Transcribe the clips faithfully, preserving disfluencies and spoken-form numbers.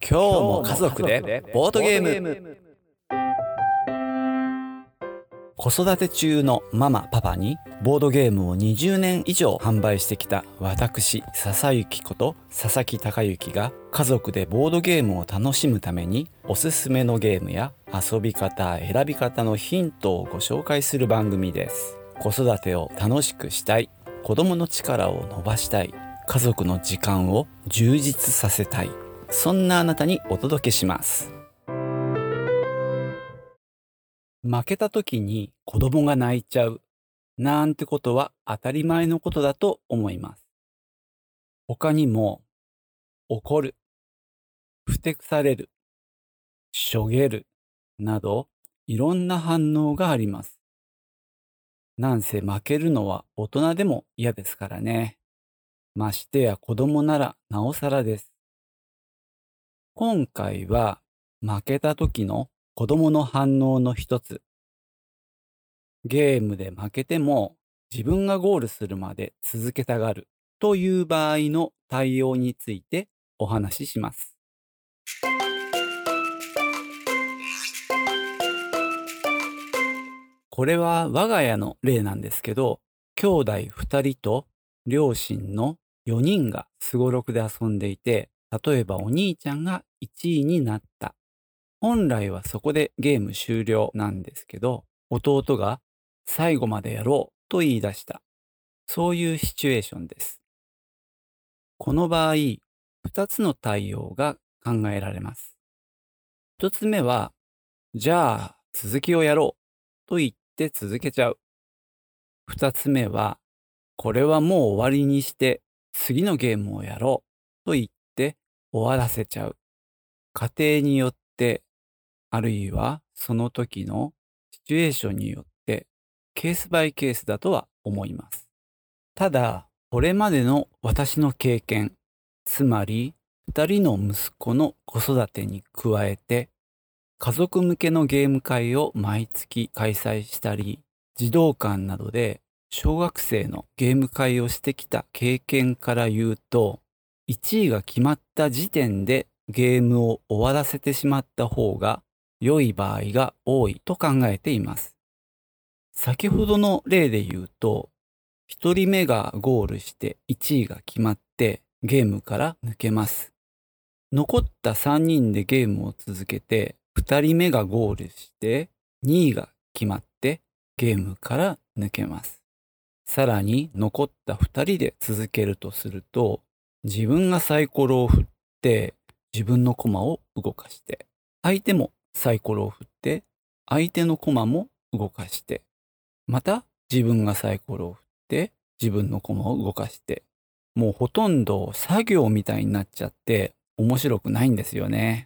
今日も家族でボードゲーム。子育て中のママパパにボードゲームをにじゅうねん以上販売してきた私笹幸こと佐々木孝之が家族でボードゲームを楽しむためにおすすめのゲームや遊び方選び方のヒントをご紹介する番組です。子育てを楽しくしたい、子供の力を伸ばしたい、家族の時間を充実させたい、そんなあなたにお届けします。負けた時に子供が泣いちゃうなんてことは当たり前のことだと思います。他にも怒る、ふてくされる、しょげるなどいろんな反応があります。なんせ負けるのは大人でも嫌ですからね。ましてや子供ならなおさらです。今回は負けた時の子供の反応の一つ、ゲームで負けても自分がゴールするまで続けたがるという場合の対応についてお話しします。これは我が家の例なんですけど、兄弟ふたりと両親のよにんがすごろくで遊んでいて、例えばお兄ちゃんがいちいになった。本来はそこでゲーム終了なんですけど、弟が最後までやろうと言い出した。そういうシチュエーションです。この場合、ふたつの対応が考えられます。ひとつめは、じゃあ続きをやろうと言って続けちゃう。ふたつめは、これはもう終わりにして次のゲームをやろうと言って終わらせちゃう。家庭によって、あるいはその時のシチュエーションによってケースバイケースだとは思います。ただ、これまでの私の経験、つまりふたりの息子の子育てに加えて、家族向けのゲーム会を毎月開催したり、児童館などで小学生のゲーム会をしてきた経験から言うと、いちいが決まった時点でゲームを終わらせてしまった方が良い場合が多いと考えています。先ほどの例で言うと、ひとりめがゴールしていちいが決まってゲームから抜けます。残ったさんにんでゲームを続けてふたりめがゴールしてにいが決まってゲームから抜けます。さらに残ったふたりで続けるとすると、自分がサイコロを振って自分のコマを動かして、相手もサイコロを振って相手のコマも動かして、また自分がサイコロを振って自分のコマを動かして、もうほとんど作業みたいになっちゃって面白くないんですよね。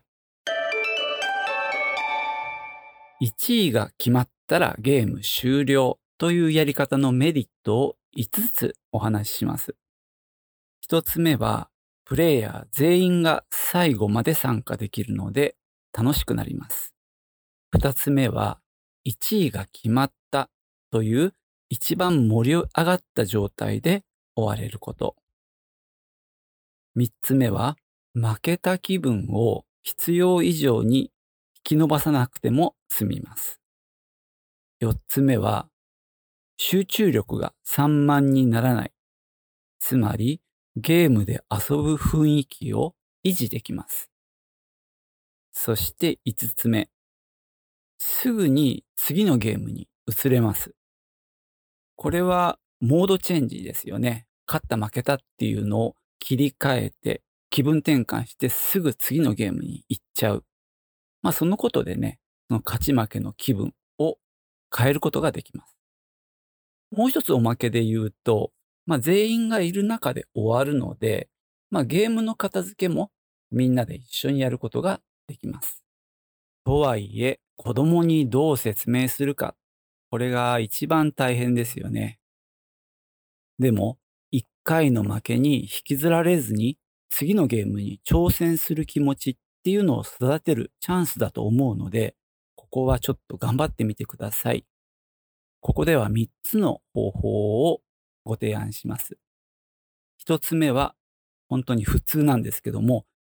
いちいが決まったらゲーム終了というやり方のメリットをいつつお話しします。ひとつめは、プレイヤー全員が最後まで参加できるので楽しくなります。ふたつめは、いちいが決まったという一番盛り上がった状態で終われること。みっつめは、負けた気分を必要以上に引き伸ばさなくても済みます。よっつめは、集中力が散漫にならない。つまり、ゲームで遊ぶ雰囲気を維持できます。そしていつつめ、すぐに次のゲームに移れます。これはモードチェンジですよね。勝った負けたっていうのを切り替えて気分転換してすぐ次のゲームに行っちゃう。まあそのことでね、その勝ち負けの気分を変えることができます。もう一つおまけで言うと、まあ全員がいる中で終わるので、まあゲームの片付けもみんなで一緒にやることができます。とはいえ、子供にどう説明するか、これが一番大変ですよね。でも、一回の負けに引きずられずに、次のゲームに挑戦する気持ちっていうのを育てるチャンスだと思うので、ここはちょっと頑張ってみてください。ここではみっつの方法をご提案します。ひとつめは、本当に普通なんですけども、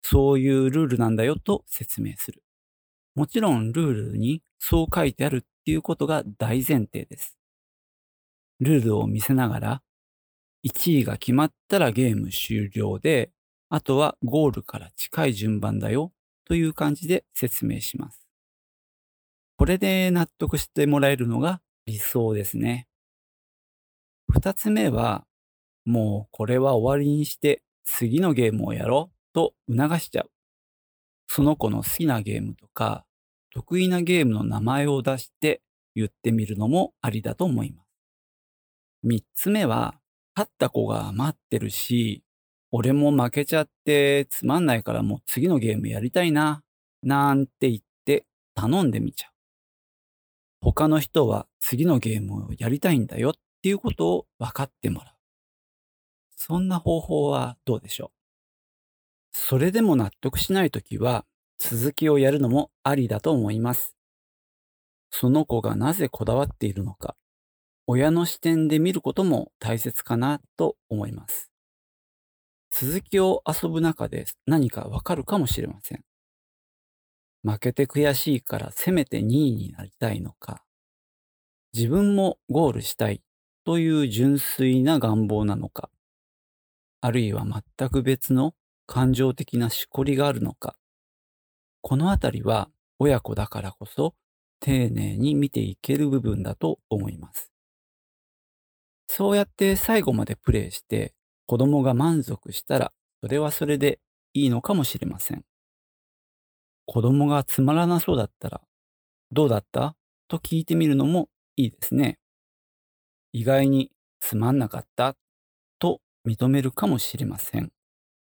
そういうルールなんだよと説明する。もちろんルールにそう書いてあるっていうことが大前提です。ルールを見せながら、いちいが決まったらゲーム終了で、あとはゴールから近い順番だよという感じで説明します。これで納得してもらえるのが理想ですね。二つ目は、もうこれは終わりにして次のゲームをやろうと促しちゃう。その子の好きなゲームとか、得意なゲームの名前を出して言ってみるのもありだと思います。三つ目は、勝った子が待ってるし、俺も負けちゃってつまんないからもう次のゲームやりたいな、なんて言って頼んでみちゃう。他の人は次のゲームをやりたいんだよっていうことを分かってもらう。そんな方法はどうでしょう。それでも納得しないときは、続きをやるのもありだと思います。その子がなぜこだわっているのか、親の視点で見ることも大切かなと思います。続きを遊ぶ中で何かわかるかもしれません。負けて悔しいからせめてにいになりたいのか、自分もゴールしたいという純粋な願望なのか、あるいは全く別の感情的なしこりがあるのか、このあたりは親子だからこそ丁寧に見ていける部分だと思います。そうやって最後までプレイして子供が満足したらそれはそれでいいのかもしれません。子供がつまらなそうだったらどうだったと聞いてみるのもいいですね。意外につまんなかったと認めるかもしれません。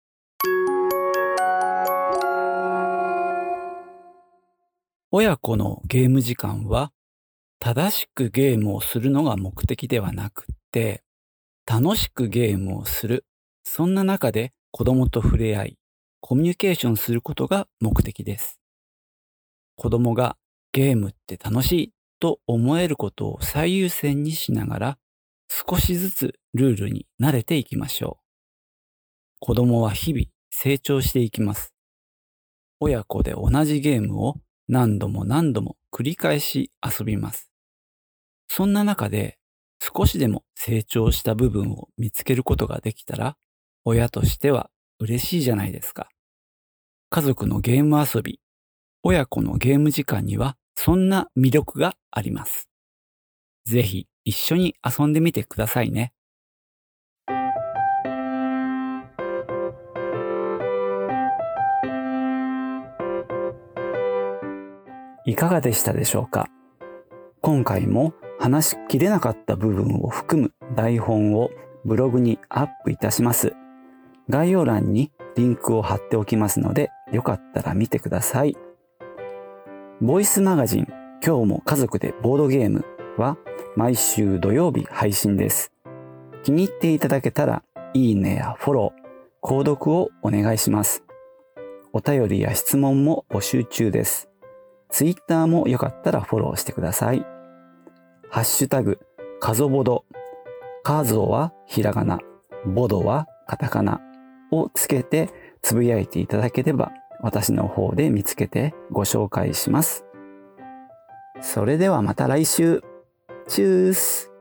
親子のゲーム時間は正しくゲームをするのが目的ではなくって、楽しくゲームをする。そんな中で子供と触れ合い、コミュニケーションすることが目的です。子供がゲームって楽しいと思えることを最優先にしながら、少しずつルールに慣れていきましょう。子供は日々成長していきます。親子で同じゲームを何度も何度も繰り返し遊びます。そんな中で少しでも成長した部分を見つけることができたら、親としては嬉しいじゃないですか。家族のゲーム遊び、親子のゲーム時間にはそんな魅力があります。ぜひ一緒に遊んでみてくださいね。いかがでしたでしょうか。今回も話しきれなかった部分を含む台本をブログにアップいたします。概要欄にリンクを貼っておきますので、よかったら見てください。ボイスマガジン、今日も家族でボードゲームは毎週土曜日配信です。気に入っていただけたら、いいねやフォロー、購読をお願いします。お便りや質問も募集中です。ツイッターもよかったらフォローしてください。ハッシュタグ、カゾボド、カゾはひらがな、ボドはカタカナをつけてつぶやいていただければ、私の方で見つけてご紹介します。それではまた来週。チュース。